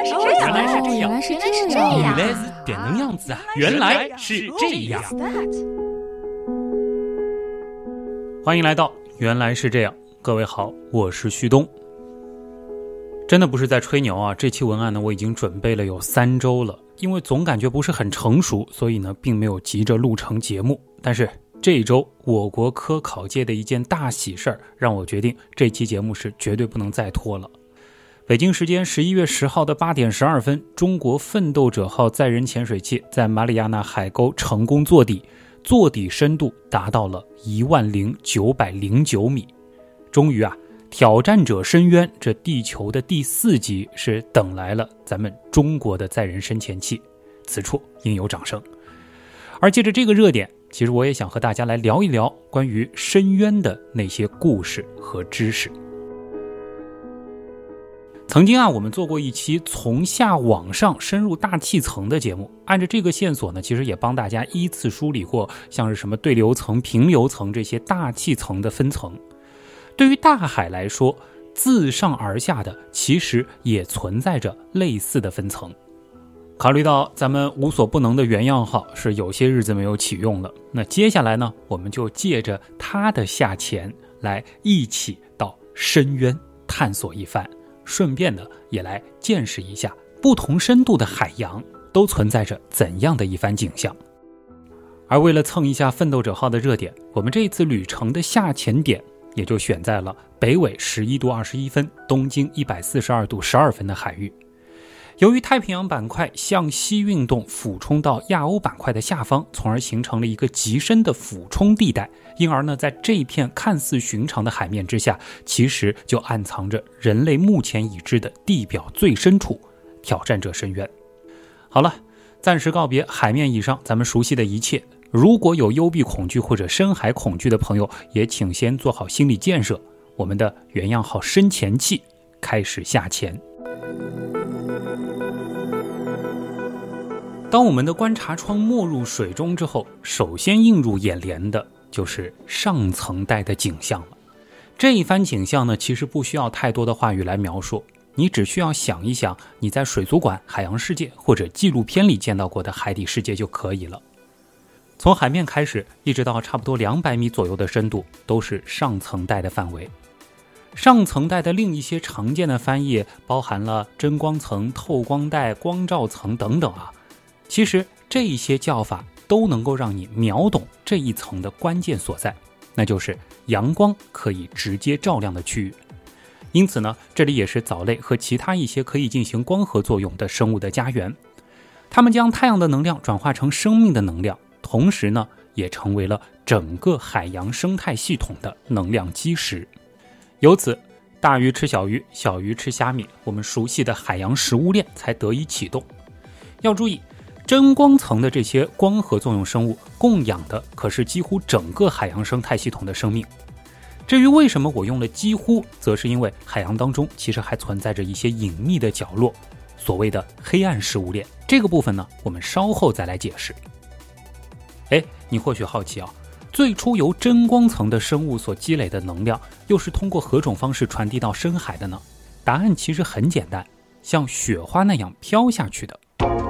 点能样子啊，原来是这样。欢迎来到原来是这样，各位好，我是旭东。真的不是在吹牛啊，这期文案呢我已经准备了有3周了，因为总感觉不是很成熟，所以呢并没有急着录成节目。但是这一周我国科考界的一件大喜事儿，让我决定这期节目是绝对不能再拖了。北京时间11月10号的8点12分，中国奋斗者号载人潜水器在马里亚纳海沟成功坐底，坐底深度达到了10909米。终于啊，挑战者深渊这地球的第4级是等来了咱们中国的载人深潜器，此处应有掌声。而借着这个热点，其实我也想和大家来聊一聊关于深渊的那些故事和知识。曾经啊，我们做过一期从下往上深入大气层的节目，按照这个线索呢，其实也帮大家依次梳理过像是什么对流层、平流层这些大气层的分层。对于大海来说，自上而下的其实也存在着类似的分层。考虑到咱们无所不能的原样号是有些日子没有启用了，那接下来呢，我们就借着它的下潜来一起到深渊探索一番，顺便的也来见识一下不同深度的海洋都存在着怎样的一番景象。而为了蹭一下奋斗者号的热点，我们这一次旅程的下潜点也就选在了北纬11度21分、东经142度12分的海域。由于太平洋板块向西运动俯冲到亚欧板块的下方，从而形成了一个极深的俯冲地带，因而呢，在这一片看似寻常的海面之下，其实就暗藏着人类目前已知的地表最深处——挑战者深渊。好了，暂时告别海面以上咱们熟悉的一切，如果有幽闭恐惧或者深海恐惧的朋友，也请先做好心理建设，我们的原样号深潜器开始下潜。当我们的观察窗没入水中之后，首先映入眼帘的就是上层带的景象了。这一番景象呢，其实不需要太多的话语来描述，你只需要想一想你在水族馆、海洋世界或者纪录片里见到过的海底世界就可以了。从海面开始，一直到差不多200米左右的深度，都是上层带的范围。上层带的另一些常见的翻译包含了真光层、透光带、光照层等等啊。其实这一些叫法都能够让你秒懂这一层的关键所在，那就是阳光可以直接照亮的区域。因此呢，这里也是藻类和其他一些可以进行光合作用的生物的家园。它们将太阳的能量转化成生命的能量，同时呢，也成为了整个海洋生态系统的能量基石。由此，大鱼吃小鱼，小鱼吃虾米，我们熟悉的海洋食物链才得以启动。要注意，真光层的这些光合作用生物供养的可是几乎整个海洋生态系统的生命。至于为什么我用了几乎，则是因为海洋当中其实还存在着一些隐秘的角落，所谓的黑暗食物链。这个部分呢，我们稍后再来解释。你或许好奇啊，最初由真光层的生物所积累的能量，又是通过何种方式传递到深海的呢？答案其实很简单，像雪花那样飘下去的。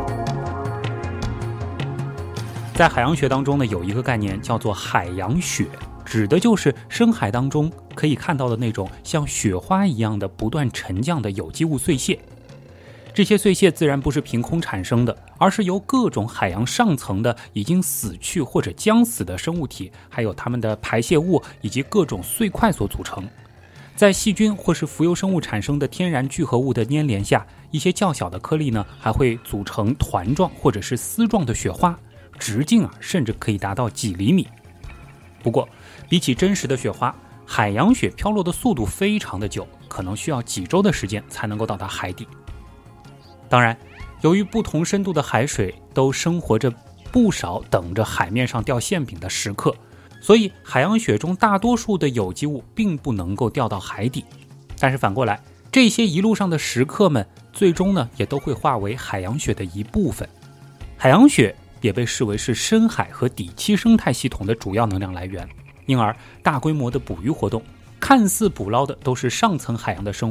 在海洋学当中呢，有一个概念叫做海洋雪，指的就是深海当中可以看到的那种像雪花一样的不断沉降的有机物碎屑。这些碎屑自然不是凭空产生的，而是由各种海洋上层的已经死去或者将死的生物体，还有它们的排泄物以及各种碎块所组成。在细菌或是浮游生物产生的天然聚合物的粘连下，一些较小的颗粒呢，还会组成团状或者是丝状的雪花，直径甚至可以达到几厘米。不过比起真实的雪花，海洋雪飘落的速度非常的久，可能需要几周的时间才能够到达海底。当然，由于不同深度的海水都生活着不少等着海面上掉馅饼的时刻，所以海洋雪中大多数的有机物并不能够掉到海底。但是反过来，这些一路上的食客们最终呢，也都会化为海洋雪的一部分。海洋雪也被视为是深海和底栖生态系统的主要能量来源，因而大规模的捕鱼活动看似捕捞的都是上层海洋的生物，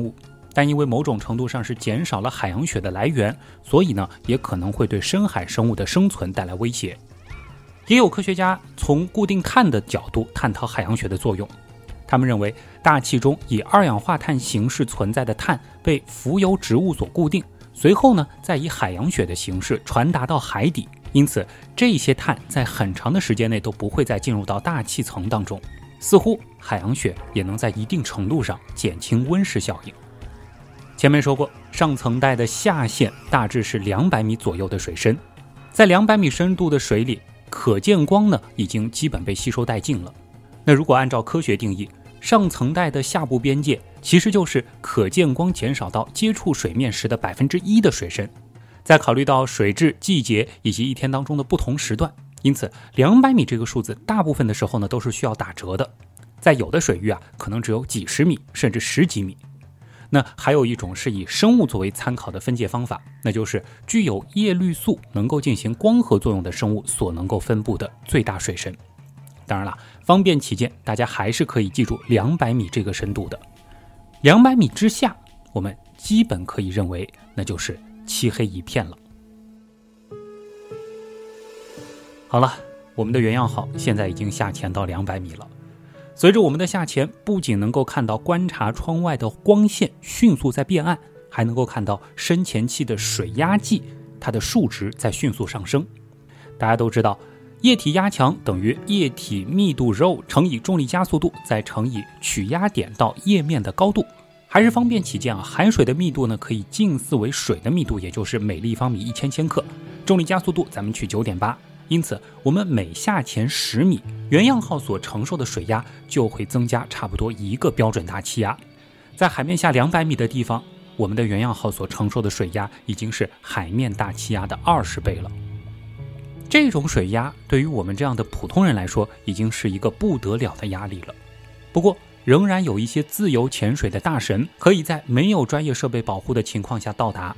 但因为某种程度上是减少了海洋雪的来源，所以呢，也可能会对深海生物的生存带来威胁。也有科学家从固定碳的角度探讨海洋雪的作用。他们认为，大气中以二氧化碳形式存在的碳被浮游植物所固定，随后呢，再以海洋雪的形式传达到海底，因此这些碳在很长的时间内都不会再进入到大气层当中。似乎海洋雪也能在一定程度上减轻温室效应。前面说过，上层带的下限大致是200米左右的水深，在200米深度的水里，可见光呢已经基本被吸收殆尽了。那如果按照科学定义，上层带的下部边界其实就是可见光减少到接触水面时的1%的水深。再考虑到水质、季节以及一天当中的不同时段，因此200米这个数字大部分的时候呢都是需要打折的。在有的水域可能只有几十米甚至10几米。那还有一种是以生物作为参考的分界方法，那就是具有叶绿素能够进行光合作用的生物所能够分布的最大水深。当然了，方便起见，大家还是可以记住200米这个深度的。200米之下，我们基本可以认为那就是漆黑一片了。好了，我们的原样号现在已经下潜到200米了。随着我们的下潜，不仅能够看到观察窗外的光线迅速在变暗，还能够看到深潜器的水压计，它的数值在迅速上升。大家都知道，液体压强等于液体密度 ρ 乘以重力加速度再乘以取压点到液面的高度。还是方便起见海水的密度呢可以近似为水的密度，也就是每立方米1000千克。重力加速度咱们取 9.8， 因此我们每下潜10米，原样号所承受的水压就会增加差不多1个标准大气压。在海面下200米的地方，我们的原样号所承受的水压已经是海面大气压的20倍了。这种水压对于我们这样的普通人来说，已经是一个不得了的压力了。不过，仍然有一些自由潜水的大神，可以在没有专业设备保护的情况下到达。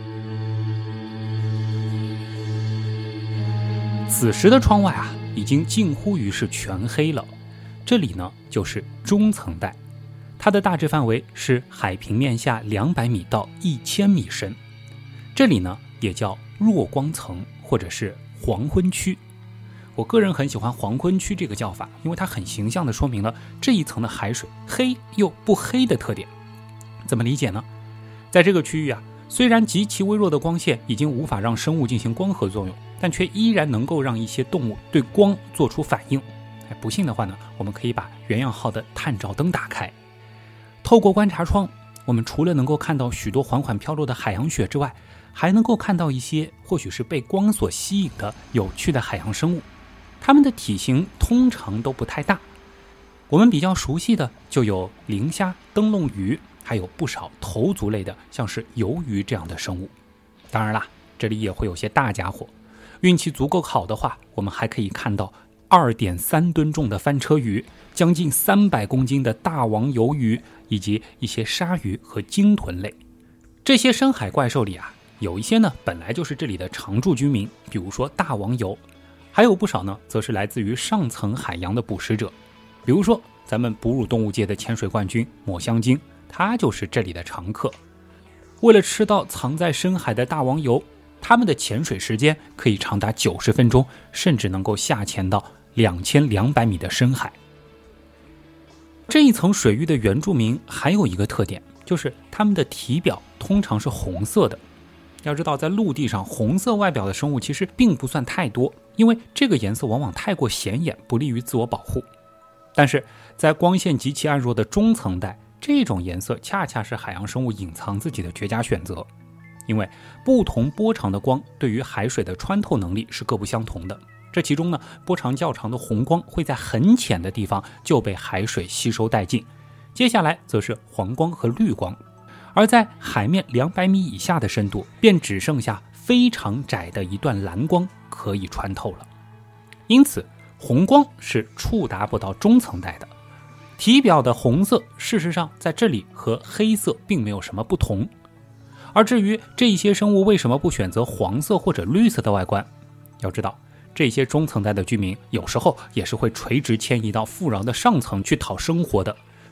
此时的窗外已经近乎于是全黑了。这里呢，就是中层带，它的大致范围是海平面下200米到1000米深。这里呢，也叫弱光层或者是黄昏区。我个人很喜欢黄昏区这个叫法，因为它很形象地说明了这一层的海水黑又不黑的特点。怎么理解呢？在这个区域虽然极其微弱的光线已经无法让生物进行光合作用，但却依然能够让一些动物对光做出反应。不信的话呢，我们可以把原样号的探照灯打开，透过观察窗，我们除了能够看到许多缓缓飘落的海洋雪之外，还能够看到一些或许是被光所吸引的有趣的海洋生物。它们的体型通常都不太大，我们比较熟悉的就有磷虾、灯笼鱼，还有不少头足类的，像是鱿鱼这样的生物。当然啦，这里也会有些大家伙，运气足够好的话，我们还可以看到 2.3 吨重的翻车鱼，将近300公斤的大王鱿鱼，以及一些鲨鱼和鲸豚类。这些深海怪兽里有一些呢本来就是这里的常住居民，比如说大王鱿，还有不少呢则是来自于上层海洋的捕食者，比如说咱们哺乳动物界的潜水冠军抹香鲸，它就是这里的常客。为了吃到藏在深海的大王鱿，它们的潜水时间可以长达90分钟，甚至能够下潜到2200米的深海。这一层水域的原住民还有一个特点，就是它们的体表通常是红色的。要知道，在陆地上红色外表的生物其实并不算太多，因为这个颜色往往太过显眼，不利于自我保护。但是在光线极其暗弱的中层带，这种颜色恰恰是海洋生物隐藏自己的绝佳选择。因为不同波长的光对于海水的穿透能力是各不相同的，这其中呢，波长较长的红光会在很浅的地方就被海水吸收殆尽，接下来则是黄光和绿光，而在海面200米以下的深度，便只剩下非常窄的一段蓝光可以穿透了。因此红光是触达不到中层带的。体表的红色事实上在这里和黑色并没有什么不同。而至于这些生物为什么不选择黄色或者绿色的外观，要知道这些中层带的居民有时候也是会垂直迁移到富饶的上层去讨生活的，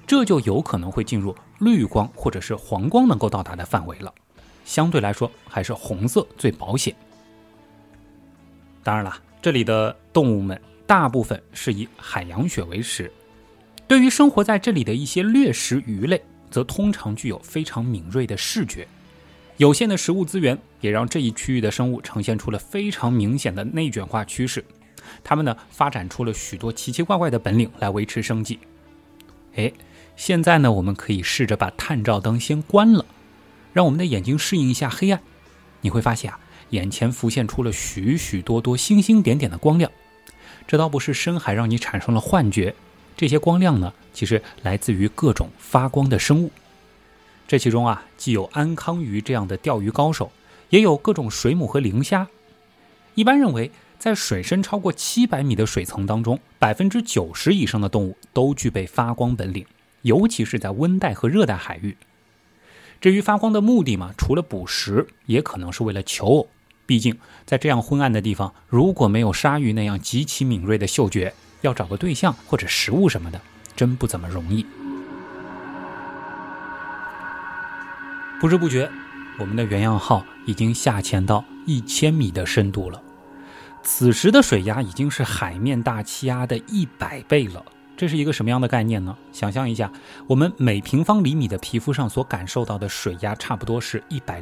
这就有可能会进入绿光或者是黄光能够到达的范围了。相对来说，还是红色最保险。当然了，这里的动物们大部分是以海洋雪为食，对于生活在这里的一些掠食鱼类，则通常具有非常敏锐的视觉。有限的食物资源也让这一区域的生物呈现出了非常明显的内卷化趋势。它们呢，发展出了许多奇奇怪怪的本领来维持生计。现在呢，我们可以试着把探照灯先关了，让我们的眼睛适应一下黑暗。你会发现眼前浮现出了许许多多星星点点的光亮。这倒不是深海让你产生了幻觉，这些光亮呢，其实来自于各种发光的生物。这其中既有安康鱼这样的钓鱼高手，也有各种水母和磷虾。一般认为，在水深超过700米的水层当中，90%以上的动物都具备发光本领，尤其是在温带和热带海域。至于发光的目的嘛，除了捕食，也可能是为了求偶。毕竟在这样昏暗的地方，如果没有鲨鱼那样极其敏锐的嗅觉，要找个对象或者食物什么的，真不怎么容易。不知不觉，我们的原样号已经下潜到1000米的深度了。此时的水压已经是海面大气压的100倍了。这是一个什么样的概念呢？想象一下，我们每平方厘米的皮肤上所感受到的水压差不多是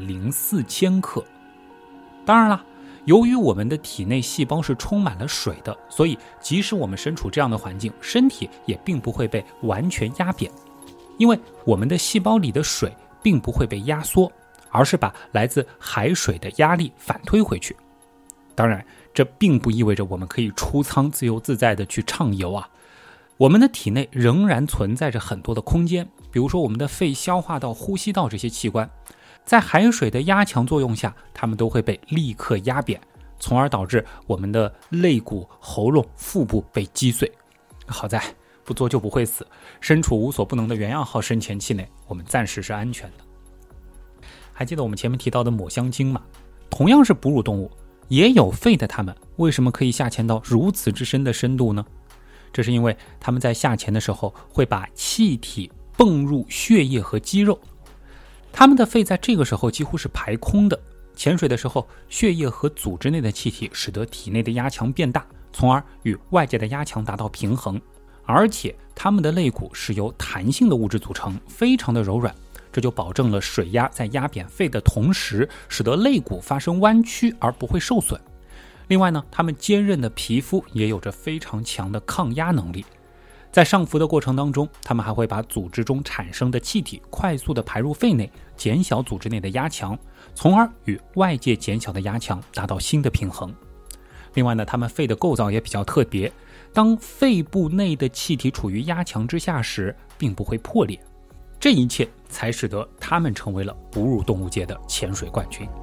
104千克。当然了，由于我们的体内细胞是充满了水的，所以即使我们身处这样的环境，身体也并不会被完全压扁，因为我们的细胞里的水并不会被压缩，而是把来自海水的压力反推回去。当然，这并不意味着我们可以出舱自由自在地去畅游我们的体内仍然存在着很多的空间，比如说我们的肺、消化道、呼吸道这些器官，在海水的压强作用下，它们都会被立刻压扁，从而导致我们的肋骨、喉咙、腹部被击碎。好在不做就不会死，身处无所不能的原样号深潜器内，我们暂时是安全的。还记得我们前面提到的抹香鲸吗？同样是哺乳动物，也有肺的它们为什么可以下潜到如此之深的深度呢？这是因为它们在下潜的时候会把气体泵入血液和肌肉，它们的肺在这个时候几乎是排空的。潜水的时候，血液和组织内的气体使得体内的压强变大，从而与外界的压强达到平衡。而且它们的肋骨是由弹性的物质组成，非常的柔软，这就保证了水压在压扁肺的同时，使得肋骨发生弯曲而不会受损。另外呢，它们坚韧的皮肤也有着非常强的抗压能力。在上浮的过程当中，它们还会把组织中产生的气体快速地排入肺内，减小组织内的压强，从而与外界减小的压强达到新的平衡。另外呢，它们肺的构造也比较特别，当肺部内的气体处于压强之下时，并不会破裂。这一切才使得它们成为了哺乳动物界的潜水冠军。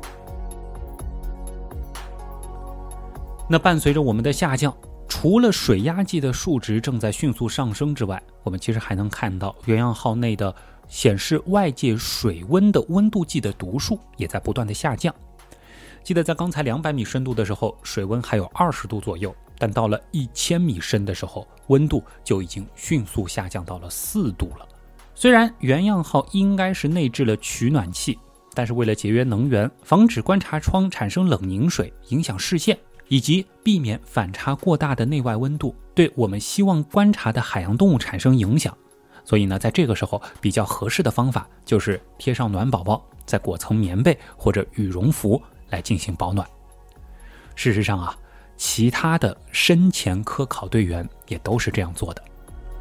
那伴随着我们的下降，除了水压计的数值正在迅速上升之外，我们其实还能看到原样号内的显示外界水温的温度计的读数也在不断的下降。记得在刚才200米深度的时候，水温还有20度左右，但到了1000米深的时候，温度就已经迅速下降到了4度了。虽然原样号应该是内置了取暖器，但是为了节约能源，防止观察窗产生冷凝水影响视线，以及避免反差过大的内外温度对我们希望观察的海洋动物产生影响，所以呢，在这个时候比较合适的方法就是贴上暖宝宝，再裹层棉被或者羽绒服来进行保暖。事实上其他的深潜科考队员也都是这样做的。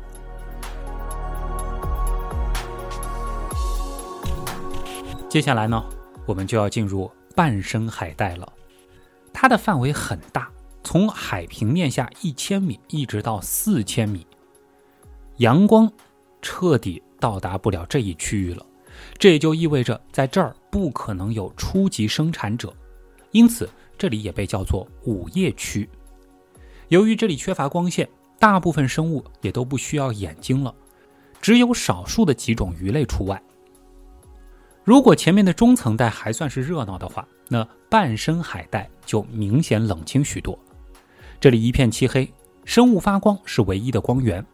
接下来呢，我们就要进入半深海带了。它的范围很大，从海平面下1000米一直到4000米，阳光彻底到达不了这一区域了。这也就意味着在这儿不可能有初级生产者，因此这里也被叫做午夜区。由于这里缺乏光线，大部分生物也都不需要眼睛了，只有少数的几种鱼类除外。如果前面的中层带还算是热闹的话，那半深海带就明显冷清许多。这里一片漆黑，生物发光是唯一的光源。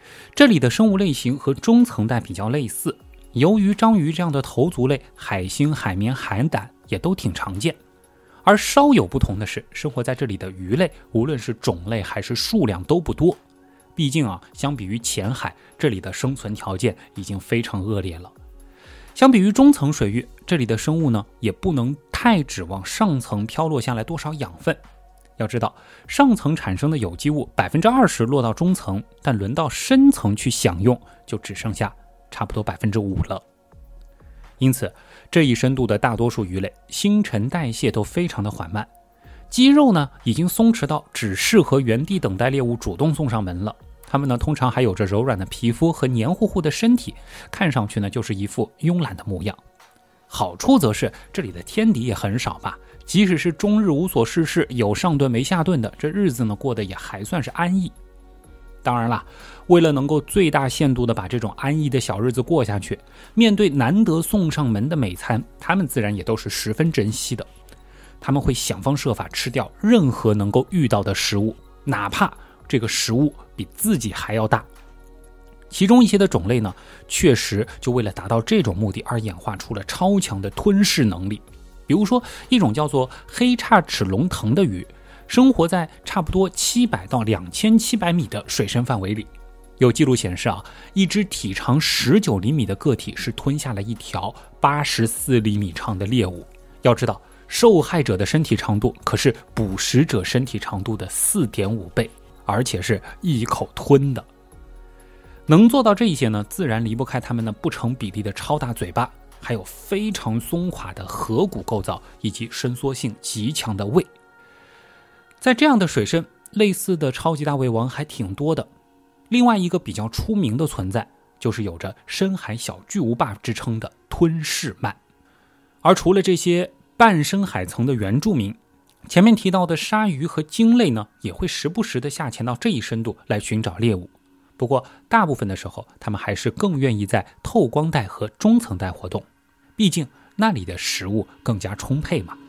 这里的生物类型和中层带比较类似，由于章鱼这样的头足类，海星、海绵、海胆也都挺常见。而稍有不同的是，生活在这里的鱼类，无论是种类还是数量都不多。毕竟相比于浅海，这里的生存条件已经非常恶劣了。相比于中层水域，这里的生物呢，也不能太指望上层飘落下来多少养分。要知道，上层产生的有机物 20% 落到中层，但轮到深层去享用，就只剩下差不多 5% 了。因此，这一深度的大多数鱼类新陈代谢都非常的缓慢，肌肉呢已经松弛到只适合原地等待猎物主动送上门了。它们呢通常还有着柔软的皮肤和黏糊糊的身体，看上去呢就是一副慵懒的模样。好处则是这里的天敌也很少吧，即使是终日无所事事，有上顿没下顿的，这日子呢过得也还算是安逸。当然啦，为了能够最大限度的把这种安逸的小日子过下去，面对难得送上门的美餐，他们自然也都是十分珍惜的。他们会想方设法吃掉任何能够遇到的食物，哪怕这个食物比自己还要大。其中一些的种类呢，确实就为了达到这种目的而演化出了超强的吞噬能力。比如说一种叫做黑叉齿龙腾的鱼，生活在差不多700到2700米的水深范围里。有记录显示一只体长19厘米的个体是吞下了一条84厘米长的猎物。要知道，受害者的身体长度可是捕食者身体长度的 4.5 倍，而且是一口吞的。能做到这一些呢，自然离不开它们那不成比例的超大嘴巴，还有非常松垮的颌骨构造，以及伸缩性极强的胃。在这样的水深，类似的超级大胃王还挺多的。另外一个比较出名的存在，就是有着深海小巨无霸之称的吞噬鳗。而除了这些半深海层的原住民，前面提到的鲨鱼和鲸类呢，也会时不时的下潜到这一深度来寻找猎物。不过大部分的时候，他们还是更愿意在透光带和中层带活动，毕竟那里的食物更加充沛嘛。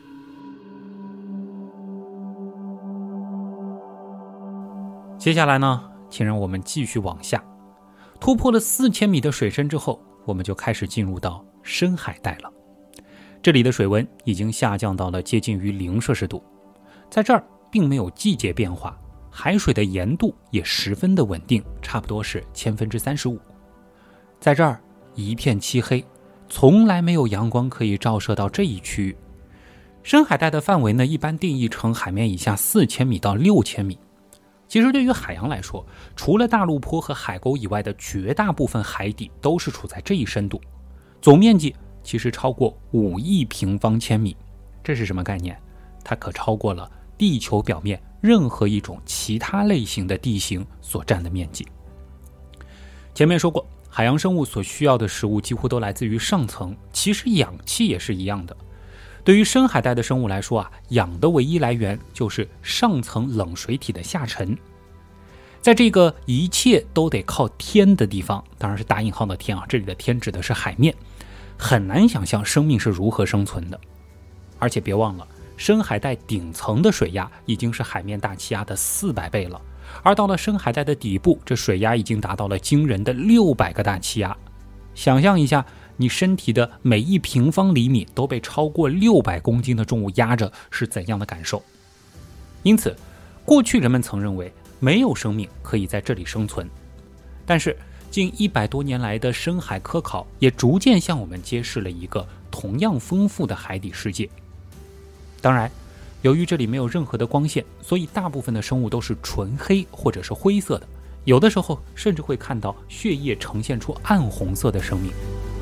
接下来呢，请让我们继续往下，突破了4000米的水深之后，我们就开始进入到深海带了。这里的水温已经下降到了接近于0摄氏度，在这儿并没有季节变化，海水的盐度也十分的稳定，差不多是35%。在这儿一片漆黑，从来没有阳光可以照射到这一区域。深海带的范围呢，一般定义成海面以下4000米到6000米。其实对于海洋来说，除了大陆坡和海沟以外的绝大部分海底都是处在这一深度，总面积其实超过5亿平方千米。这是什么概念？它可超过了地球表面任何一种其他类型的地形所占的面积。前面说过，海洋生物所需要的食物几乎都来自于上层，其实氧气也是一样的。对于深海带的生物来说氧的唯一来源就是上层冷水体的下沉。在这个一切都得靠天的地方，当然是打引号的天这里的天指的是海面，很难想象生命是如何生存的。而且别忘了，深海带顶层的水压已经是海面大气压的400倍了，而到了深海带的底部，这水压已经达到了惊人的600个大气压。想象一下，你身体的每1平方厘米都被超过600公斤的重物压着，是怎样的感受？因此，过去人们曾认为没有生命可以在这里生存，但是近100多年来的深海科考也逐渐向我们揭示了一个同样丰富的海底世界。当然，由于这里没有任何的光线，所以大部分的生物都是纯黑或者是灰色的，有的时候甚至会看到血液呈现出暗红色的生命。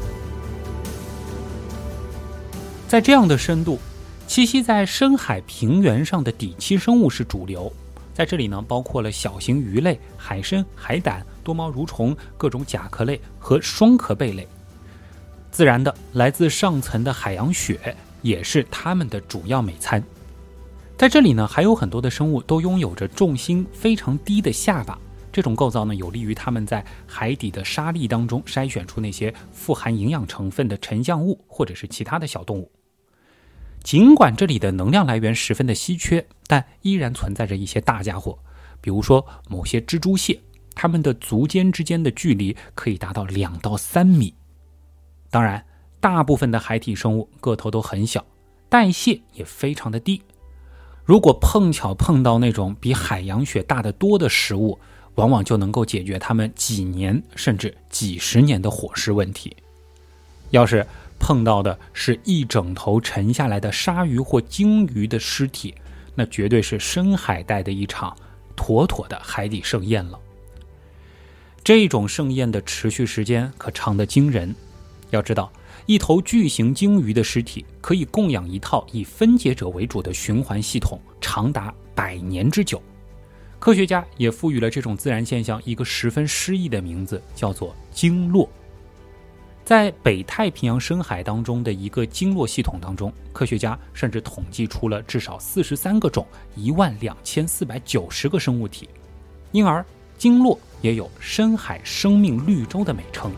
在这样的深度，栖息在深海平原上的底栖生物是主流。在这里呢，包括了小型鱼类、海参、海胆、多毛蠕虫、各种甲壳类和双壳贝类。自然的，来自上层的海洋雪也是它们的主要美餐。在这里呢，还有很多的生物都拥有着重心非常低的下巴，这种构造呢，有利于它们在海底的沙砾当中筛选出那些富含营养成分的沉降物或者是其他的小动物。尽管这里的能量来源十分的稀缺，但依然存在着一些大家伙，比如说某些蜘蛛蟹， 它们的足尖之间的距离可以达到2到3米。当然，大部分的海底生物个头都很小，代谢也非常的低。如果碰巧碰到那种比海洋雪大得多的食物，往往就能够解决它们几年甚至几十年的伙食问题。要是碰到的是一整头沉下来的鲨鱼或鲸鱼的尸体，那绝对是深海带的一场妥妥的海底盛宴了。这种盛宴的持续时间可长得惊人。要知道，一头巨型鲸鱼的尸体可以供养一套以分解者为主的循环系统，长达100年之久。科学家也赋予了这种自然现象一个十分诗意的名字，叫做鲸落。在北太平洋深海当中的一个鲸落系统当中，科学家甚至统计出了至少43个种12490个生物体，因而鲸落也有深海生命绿洲的美称。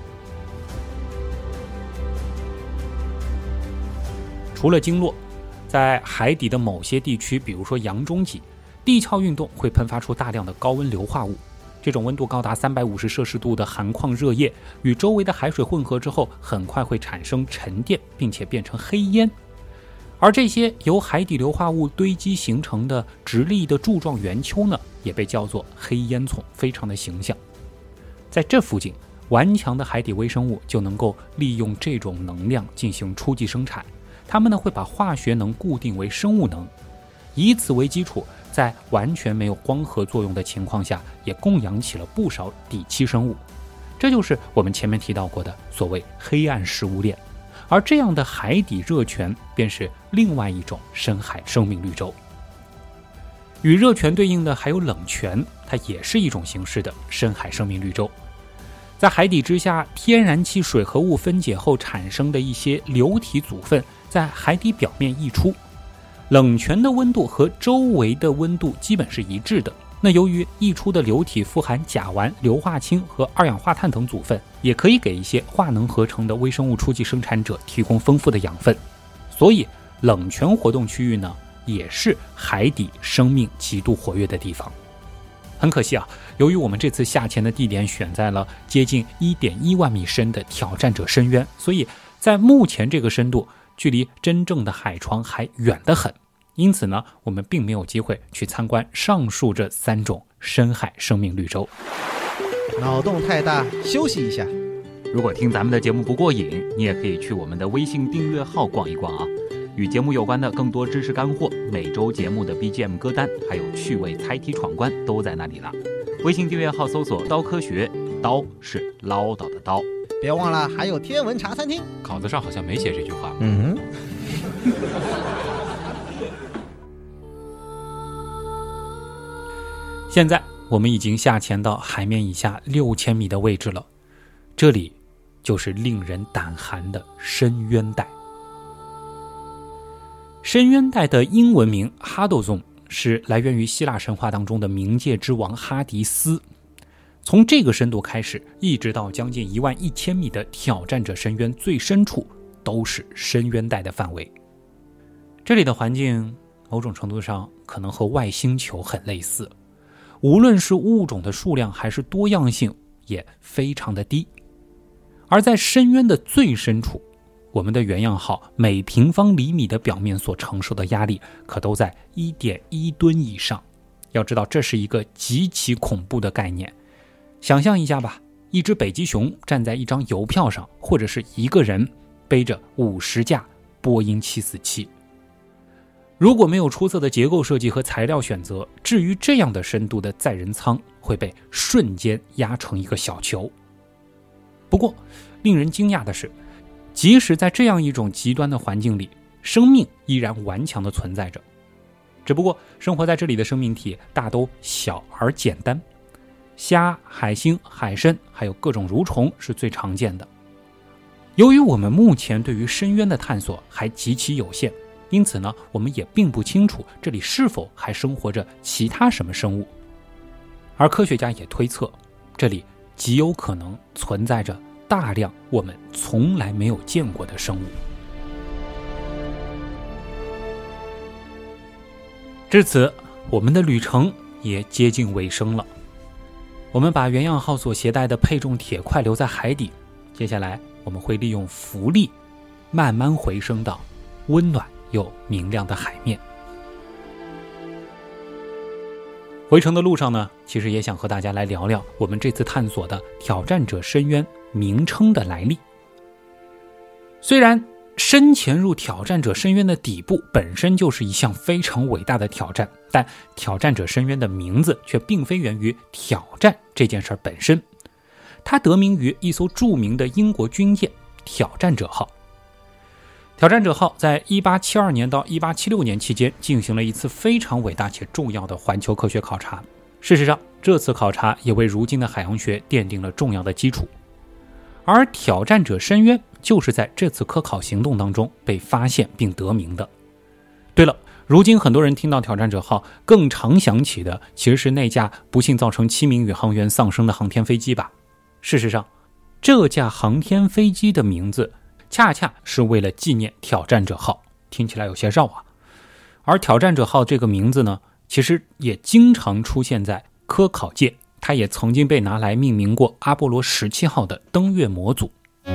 除了鲸落，在海底的某些地区，比如说洋中脊，地壳运动会喷发出大量的高温硫化物。这种温度高达350摄氏度的含矿热液与周围的海水混合之后，很快会产生沉淀，并且变成黑烟。而这些由海底硫化物堆积形成的直立的柱状圆丘呢，也被叫做黑烟囱，非常的形象。在这附近，顽强的海底微生物就能够利用这种能量进行初级生产。它们呢会把化学能固定为生物能，以此为基础，在完全没有光合作用的情况下，也供养起了不少底栖生物。这就是我们前面提到过的所谓黑暗食物链。而这样的海底热泉便是另外一种深海生命绿洲。与热泉对应的还有冷泉，它也是一种形式的深海生命绿洲。在海底之下，天然气水合物分解后产生的一些流体组分在海底表面溢出，冷泉的温度和周围的温度基本是一致的。那由于溢出的流体富含甲烷、硫化氢和二氧化碳等组分，也可以给一些化能合成的微生物初级生产者提供丰富的养分，所以冷泉活动区域呢，也是海底生命极度活跃的地方。很可惜啊，由于我们这次下潜的地点选在了接近 1.1 万米深的挑战者深渊，所以在目前这个深度，距离真正的海床还远得很。因此呢，我们并没有机会去参观上述这3种深海生命绿洲。 脑洞太大，休息一下。 如果听咱们的节目不过瘾，你也可以去我们的微信订阅号逛一逛啊。与节目有关的更多知识干货，每周节目的 BGM 歌单，还有趣味猜题闯关都在那里了。微信订阅号搜索刀科学，刀是唠叨的刀。 别忘了还有天文茶餐厅， 稿子上好像没写这句话。现在我们已经下潜到海面以下6000米的位置了，这里就是令人胆寒的深渊带。深渊带的英文名哈斗宗是来源于希腊神话当中的冥界之王哈迪斯。从这个深度开始，一直到将近11000米的挑战者深渊最深处，都是深渊带的范围。这里的环境某种程度上可能和外星球很类似，无论是物种的数量还是多样性也非常的低。而在深渊的最深处，我们的原样号每平方厘米的表面所承受的压力可都在 1.1 吨以上。要知道，这是一个极其恐怖的概念。想象一下吧，一只北极熊站在一张邮票上，或者是一个人背着50架波音747。如果没有出色的结构设计和材料选择，至于这样的深度的载人舱会被瞬间压成一个小球。不过令人惊讶的是，即使在这样一种极端的环境里，生命依然顽强地存在着。只不过生活在这里的生命体大都小而简单，虾、海星、海参还有各种蠕虫是最常见的。由于我们目前对于深渊的探索还极其有限，因此呢，我们也并不清楚这里是否还生活着其他什么生物。而科学家也推测，这里极有可能存在着大量我们从来没有见过的生物。至此，我们的旅程也接近尾声了。 我们把原样号所携带的配重铁块留在海底，接下来我们会利用浮力慢慢回升到温暖又明亮的海面。回程的路上呢，其实也想和大家来聊聊我们这次探索的挑战者深渊名称的来历。虽然深潜入挑战者深渊的底部本身就是一项非常伟大的挑战，但挑战者深渊的名字却并非源于挑战这件事本身，它得名于一艘著名的英国军舰挑战者号。挑战者号在1872年到1876年期间进行了一次非常伟大且重要的环球科学考察。事实上，这次考察也为如今的海洋学奠定了重要的基础。而挑战者深渊就是在这次科考行动当中被发现并得名的。对了，如今很多人听到挑战者号更常想起的其实是那架不幸造成7名宇航员丧生的航天飞机吧。事实上，这架航天飞机的名字恰恰是为了纪念挑战者号，听起来有些绕啊。而挑战者号这个名字呢，其实也经常出现在科考界，它也曾经被拿来命名过阿波罗17号的登月模组。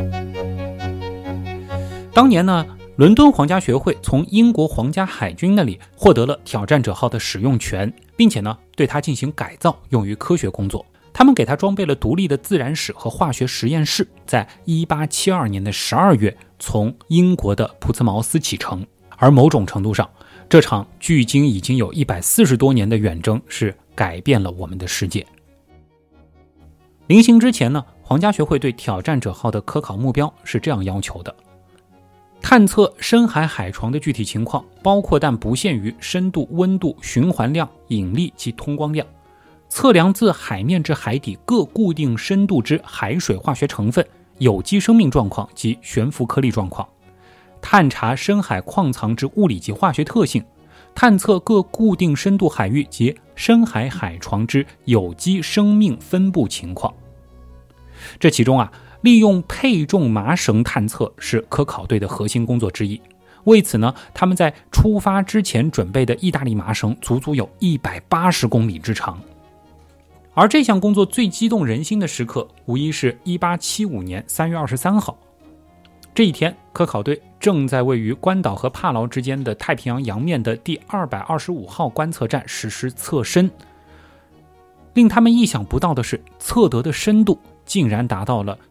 当年呢，伦敦皇家学会从英国皇家海军那里获得了挑战者号的使用权，并且呢，对它进行改造，用于科学工作。他们给它装备了独立的自然史和化学实验室，在1872年的12月从英国的普茨茅斯启程。而某种程度上，这场距今已经有140多年的远征是改变了我们的世界。临行之前呢，皇家学会对挑战者号的科考目标是这样要求的：探测深海海床的具体情况，包括但不限于深度、温度、循环量、引力及通光量；测量自海面至海底各固定深度之海水化学成分、有机生命状况及悬浮颗粒状况；探查深海矿藏之物理及化学特性；探测各固定深度海域及深海海床之有机生命分布情况。这其中利用配重麻绳探测是科考队的核心工作之一。为此呢，他们在出发之前准备的意大利麻绳足足有180公里之长。而这项工作最激动人心的时刻，无疑是1875年3月23号。这一天，科考队正在位于关岛和帕劳之间的太平洋洋面的第225号观测站实施测深。令他们意想不到的是，测得的深度竟然达到了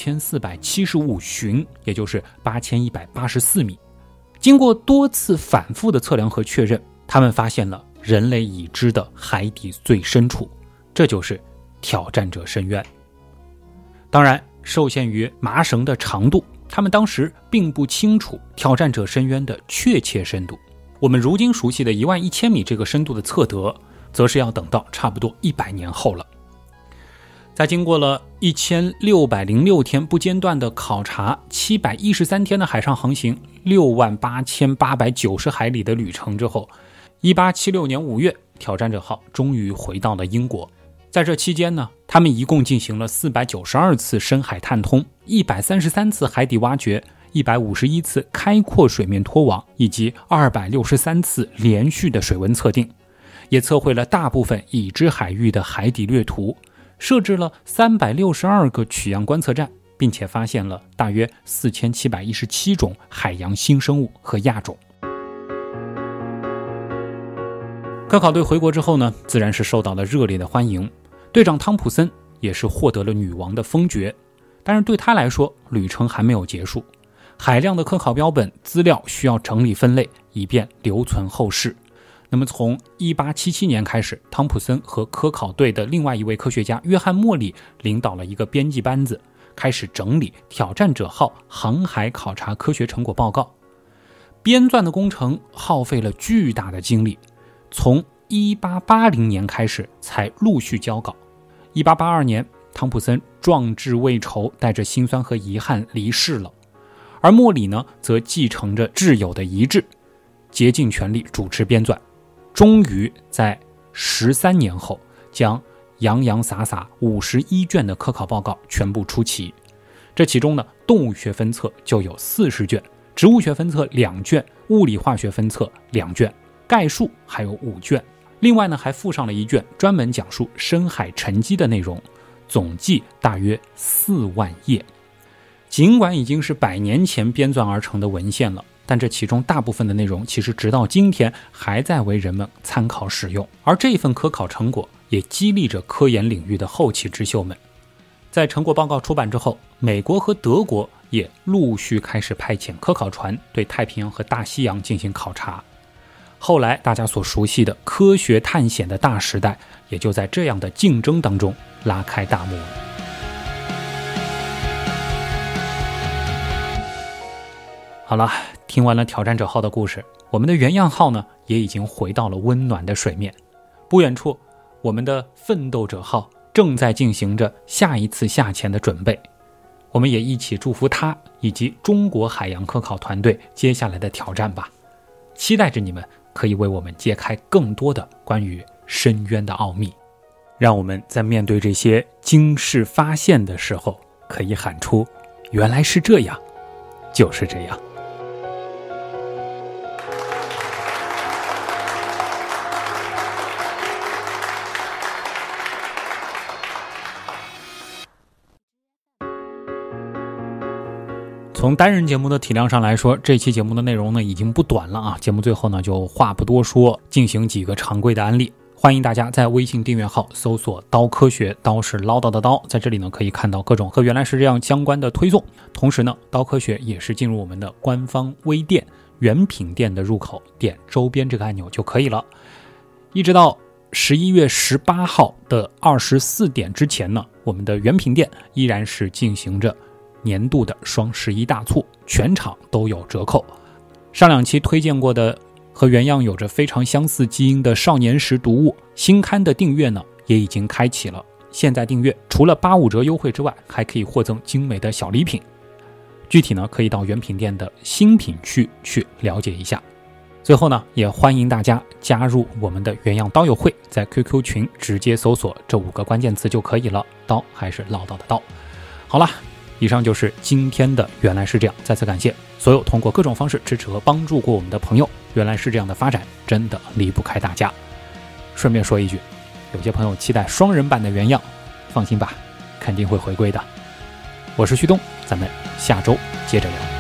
4475寻，也就是8184米。经过多次反复的测量和确认，他们发现了人类已知的海底最深处，这就是挑战者深渊。当然，受限于麻绳的长度，他们当时并不清楚挑战者深渊的确切深度。我们如今熟悉的11000米这个深度的测得，则是要等到差不多100年后了。在经过了1606天不间断的考察，713天的海上航行，68890海里的旅程之后，1876年5月，挑战者号终于回到了英国。在这期间呢，他们一共进行了492次深海探通，133次海底挖掘，151次开阔水面拖网，以及263次连续的水温测定，也测绘了大部分已知海域的海底略图，设置了362个取样观测站，并且发现了大约4717种海洋新生物和亚种。科考队回国之后呢，自然是受到了热烈的欢迎。队长汤普森也是获得了女王的封爵，但是对他来说，旅程还没有结束。海量的科考标本资料需要整理分类，以便留存后世。那么从1877年开始，汤普森和科考队的另外一位科学家约翰莫里领导了一个编辑班子，开始整理挑战者号航海考察科学成果报告。编纂的工程耗费了巨大的精力，从1880年开始才陆续交稿。1882年，汤普森壮志未酬，带着辛酸和遗憾离世了。而莫里呢，则继承着挚友的遗志，竭尽全力主持编纂，终于在13年后将洋洋洒洒51卷的科考报告全部出齐。这其中呢，动物学分册就有40卷，植物学分册2卷，物理化学分册2卷，概述还有5卷。 另外呢，还附上了一卷专门讲述深海沉积的内容，总计大约4万页。尽管已经是100年前编纂而成的文献了，但这其中大部分的内容其实直到今天还在为人们参考使用，而这份科考成果也激励着科研领域的后起之秀们。在成果报告出版之后，美国和德国也陆续开始派遣科考船对太平洋和大西洋进行考察。后来大家所熟悉的科学探险的大时代，也就在这样的竞争当中拉开大幕了。好了，听完了挑战者号的故事，我们的原样号呢也已经回到了温暖的水面。不远处，我们的奋斗者号正在进行着下一次下潜的准备。我们也一起祝福他以及中国海洋科考团队接下来的挑战吧，期待着你们可以为我们揭开更多的关于深渊的奥秘，让我们在面对这些惊世发现的时候，可以喊出原来是这样，就是这样。从单人节目的体量上来说，这期节目的内容呢已经不短了啊。节目最后呢就话不多说，进行几个常规的案例。欢迎大家在微信订阅号搜索刀科学，刀是唠叨的刀，在这里呢可以看到各种和原来是这样相关的推送。同时呢，刀科学也是进入我们的官方微店原品店的入口，点周边这个按钮就可以了。一直到11月18号的24点之前呢，我们的原品店依然是进行着年度的双11大促，全场都有折扣。上2期推荐过的和原样有着非常相似基因的少年时读物新刊的订阅呢也已经开启了。现在订阅除了85折优惠之外，还可以获赠精美的小礼品。具体呢可以到原品店的新品区去了解一下。最后呢，也欢迎大家加入我们的原样刀友会，在 QQ 群直接搜索这5个关键词就可以了，刀还是唠叨的刀。好了，以上就是今天的原来是这样，再次感谢所有通过各种方式支持和帮助过我们的朋友。原来是这样的发展真的离不开大家。顺便说一句，有些朋友期待双人版的原样，放心吧，肯定会回归的。我是旭东，咱们下周接着聊。